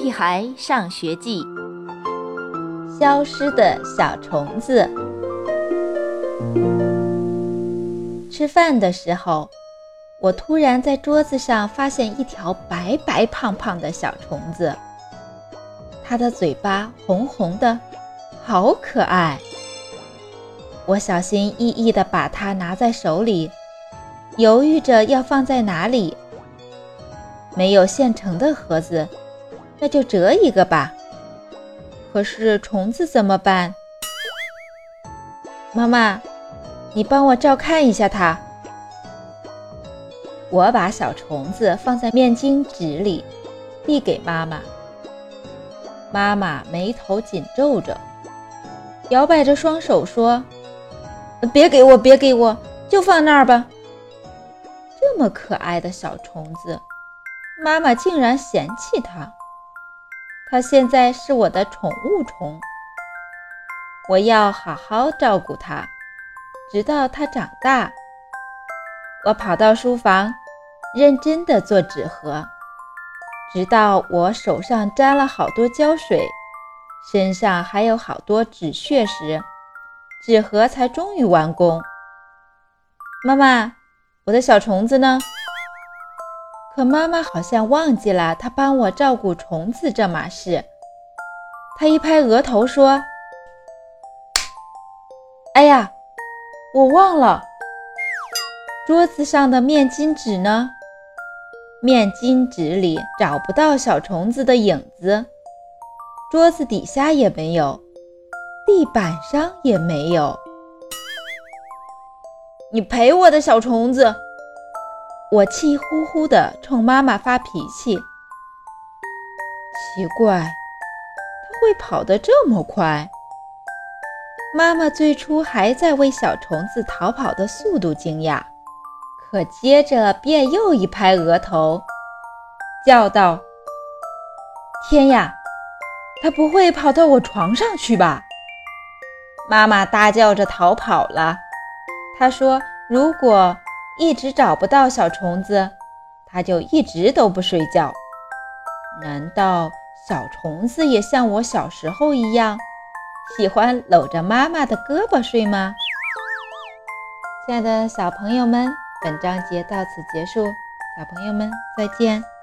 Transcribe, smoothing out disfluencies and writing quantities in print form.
屁孩上学记》。 消失的小虫子。吃饭的时候，我突然在桌子上发现一条白白胖胖的小虫子，它的嘴巴红红的，好可爱。我小心翼翼地把它拿在手里，犹豫着要放在哪里。没有现成的盒子，那就折一个吧。可是虫子怎么办？妈妈，你帮我照看一下它。我把小虫子放在面巾纸里，递给妈妈。妈妈眉头紧皱着，摇摆着双手说：“别给我，别给我，就放那儿吧。”这么可爱的小虫子，妈妈竟然嫌弃它。它现在是我的宠物虫，我要好好照顾它，直到它长大。我跑到书房，认真地做纸盒，直到我手上沾了好多胶水，身上还有好多纸屑时，纸盒才终于完工。妈妈，我的小虫子呢？可妈妈好像忘记了她帮我照顾虫子这码事。她一拍额头说：“哎呀，我忘了，桌子上的面巾纸呢？”面巾纸里找不到小虫子的影子，桌子底下也没有，地板上也没有。你赔我的小虫子！我气呼呼地冲妈妈发脾气。奇怪，它会跑得这么快？妈妈最初还在为小虫子逃跑的速度惊讶，可接着便又一拍额头，叫道：“天呀，它不会跑到我床上去吧？”妈妈大叫着逃跑了。她说如果一直找不到小虫子，她就一直都不睡觉。难道小虫子也像我小时候一样，喜欢搂着妈妈的胳膊睡吗？亲爱的小朋友们，本章节到此结束，小朋友们再见。